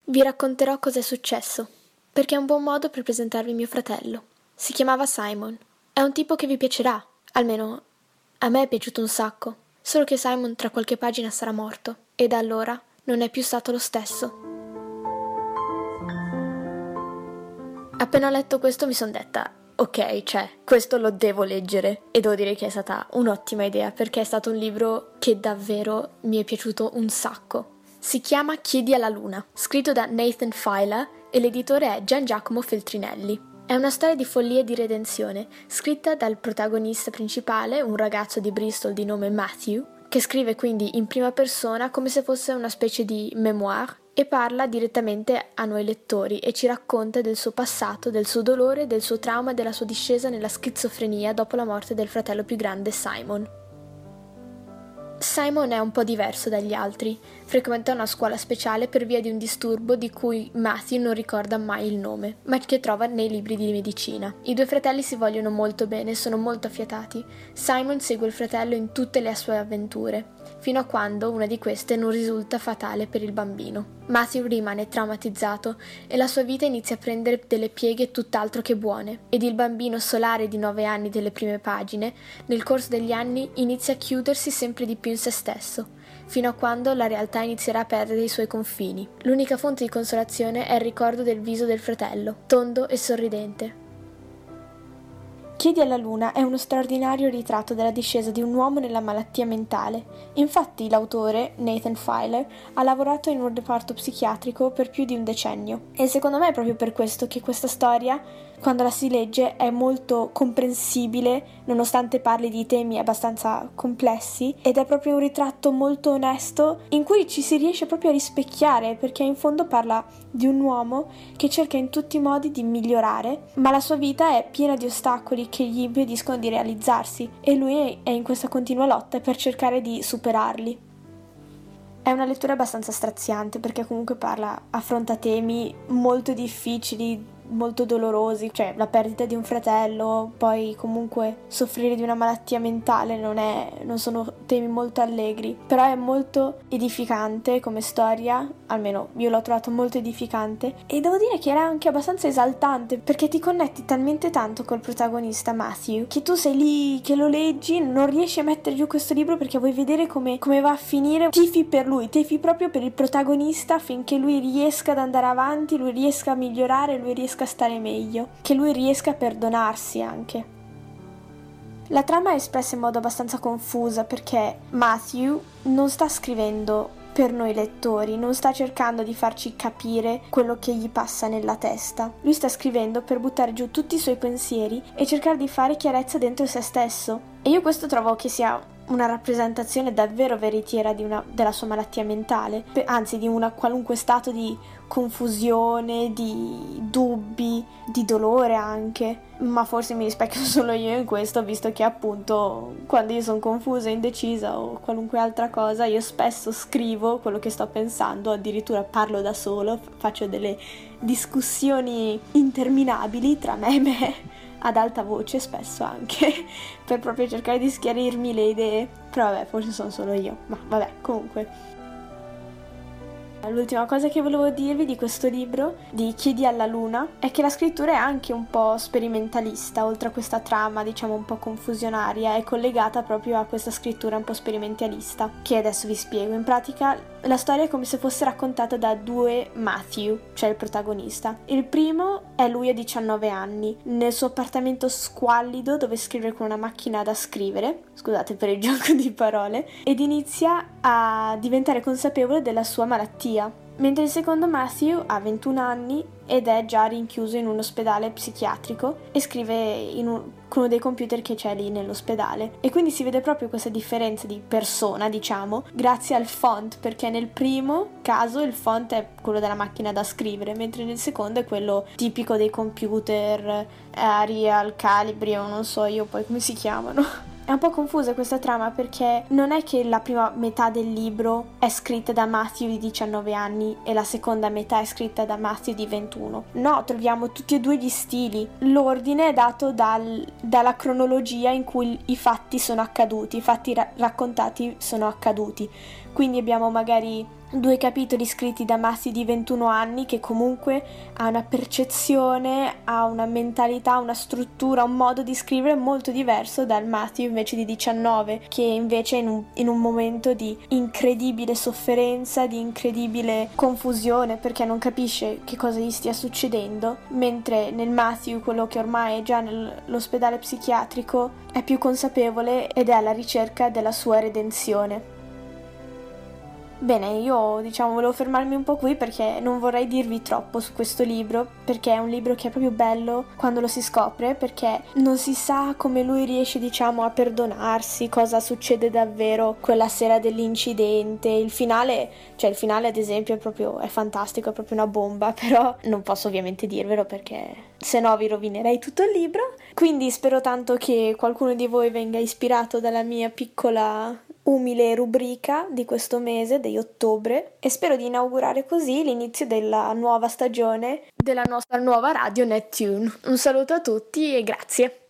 Vi racconterò cosa è successo, perché è un buon modo per presentarvi mio fratello. Si chiamava Simon. È un tipo che vi piacerà, almeno a me è piaciuto un sacco, solo che Simon tra qualche pagina sarà morto, e da allora non è più stato lo stesso. Appena letto questo mi son detta, ok, questo lo devo leggere, e devo dire che è stata un'ottima idea, perché è stato un libro che davvero mi è piaciuto un sacco. Si chiama Chiedi alla luna, scritto da Nathan Filer e l'editore è Gian Giacomo Feltrinelli. È una storia di follia e di redenzione, scritta dal protagonista principale, un ragazzo di Bristol di nome Matthew, che scrive quindi in prima persona come se fosse una specie di memoir e parla direttamente a noi lettori e ci racconta del suo passato, del suo dolore, del suo trauma e della sua discesa nella schizofrenia dopo la morte del fratello più grande Simon. Simon è un po' diverso dagli altri, frequenta una scuola speciale per via di un disturbo di cui Matthew non ricorda mai il nome, ma che trova nei libri di medicina. I due fratelli si vogliono molto bene, sono molto affiatati. Simon segue il fratello in tutte le sue avventure, fino a quando una di queste non risulta fatale per il bambino. Matthew rimane traumatizzato e la sua vita inizia a prendere delle pieghe tutt'altro che buone, ed il bambino solare di 9 anni delle prime pagine, nel corso degli anni, inizia a chiudersi sempre di più in se stesso, fino a quando la realtà inizierà a perdere i suoi confini. L'unica fonte di consolazione è il ricordo del viso del fratello, tondo e sorridente. Chiedi alla luna è uno straordinario ritratto della discesa di un uomo nella malattia mentale. Infatti l'autore, Nathan Filer, ha lavorato in un reparto psichiatrico per più di un decennio. E secondo me è proprio per questo che questa storia, quando la si legge, è molto comprensibile, nonostante parli di temi abbastanza complessi, ed è proprio un ritratto molto onesto in cui ci si riesce proprio a rispecchiare, perché in fondo parla di un uomo che cerca in tutti i modi di migliorare, ma la sua vita è piena di ostacoli che gli impediscono di realizzarsi, e lui è in questa continua lotta per cercare di superarli. È una lettura abbastanza straziante, perché comunque affronta temi molto difficili, molto dolorosi, cioè la perdita di un fratello, poi comunque soffrire di una malattia mentale non sono temi molto allegri, però è molto edificante come storia, almeno io l'ho trovato molto edificante, e devo dire che era anche abbastanza esaltante, perché ti connetti talmente tanto col protagonista Matthew che tu sei lì che lo leggi, non riesci a mettere giù questo libro perché vuoi vedere come va a finire, tifi per lui, tifi proprio per il protagonista affinché lui riesca ad andare avanti, lui riesca a migliorare, lui riesca a stare meglio, che lui riesca a perdonarsi anche. La trama è espressa in modo abbastanza confusa perché Matthew non sta scrivendo per noi lettori, non sta cercando di farci capire quello che gli passa nella testa. Lui sta scrivendo per buttare giù tutti i suoi pensieri e cercare di fare chiarezza dentro se stesso. E io questo trovo che sia una rappresentazione davvero veritiera della sua malattia mentale, anzi di un qualunque stato di confusione, di dubbi, di dolore anche. Ma forse mi rispecchio solo io in questo, visto che appunto quando io sono confusa, indecisa o qualunque altra cosa, io spesso scrivo quello che sto pensando, addirittura parlo da solo, faccio delle discussioni interminabili tra me e me, ad alta voce spesso anche, per proprio cercare di schiarirmi le idee. Però vabbè, forse sono solo io, ma vabbè, comunque. L'ultima cosa che volevo dirvi di questo libro, di Chiedi alla luna, è che la scrittura è anche un po' sperimentalista, oltre a questa trama, diciamo, un po' confusionaria, è collegata proprio a questa scrittura un po' sperimentalista, che adesso vi spiego. In pratica, la storia è come se fosse raccontata da due Matthew, cioè il protagonista. Il primo è lui a 19 anni, nel suo appartamento squallido dove scrive con una macchina da scrivere, scusate per il gioco di parole, ed inizia a diventare consapevole della sua malattia. Mentre il secondo Matthew ha 21 anni ed è già rinchiuso in un ospedale psichiatrico e scrive con uno dei computer che c'è lì nell'ospedale. E quindi si vede proprio questa differenza di persona, diciamo, grazie al font, perché nel primo caso il font è quello della macchina da scrivere, mentre nel secondo è quello tipico dei computer, Arial, Calibri o non so io poi come si chiamano. È un po' confusa questa trama perché non è che la prima metà del libro è scritta da Matthew di 19 anni e la seconda metà è scritta da Matthew di 21. No, troviamo tutti e due gli stili. L'ordine è dato dalla cronologia in cui i fatti sono accaduti, i fatti raccontati sono accaduti. Quindi abbiamo magari 2 capitoli scritti da Matthew di 21 anni, che comunque ha una percezione, ha una mentalità, una struttura, un modo di scrivere molto diverso dal Matthew invece di 19, che invece in un momento di incredibile sofferenza, di incredibile confusione, perché non capisce che cosa gli stia succedendo, mentre nel Matthew, quello che ormai è già nell'ospedale psichiatrico, è più consapevole ed è alla ricerca della sua redenzione. Bene, io volevo fermarmi un po' qui perché non vorrei dirvi troppo su questo libro, perché è un libro che è proprio bello quando lo si scopre, perché non si sa come lui riesce a perdonarsi, cosa succede davvero quella sera dell'incidente. Il finale ad esempio è fantastico, è proprio una bomba, però non posso ovviamente dirvelo perché se no vi rovinerei tutto il libro. Quindi spero tanto che qualcuno di voi venga ispirato dalla mia piccola umile rubrica di questo mese, di ottobre, e spero di inaugurare così l'inizio della nuova stagione della nostra nuova radio Nettune. Un saluto a tutti e grazie!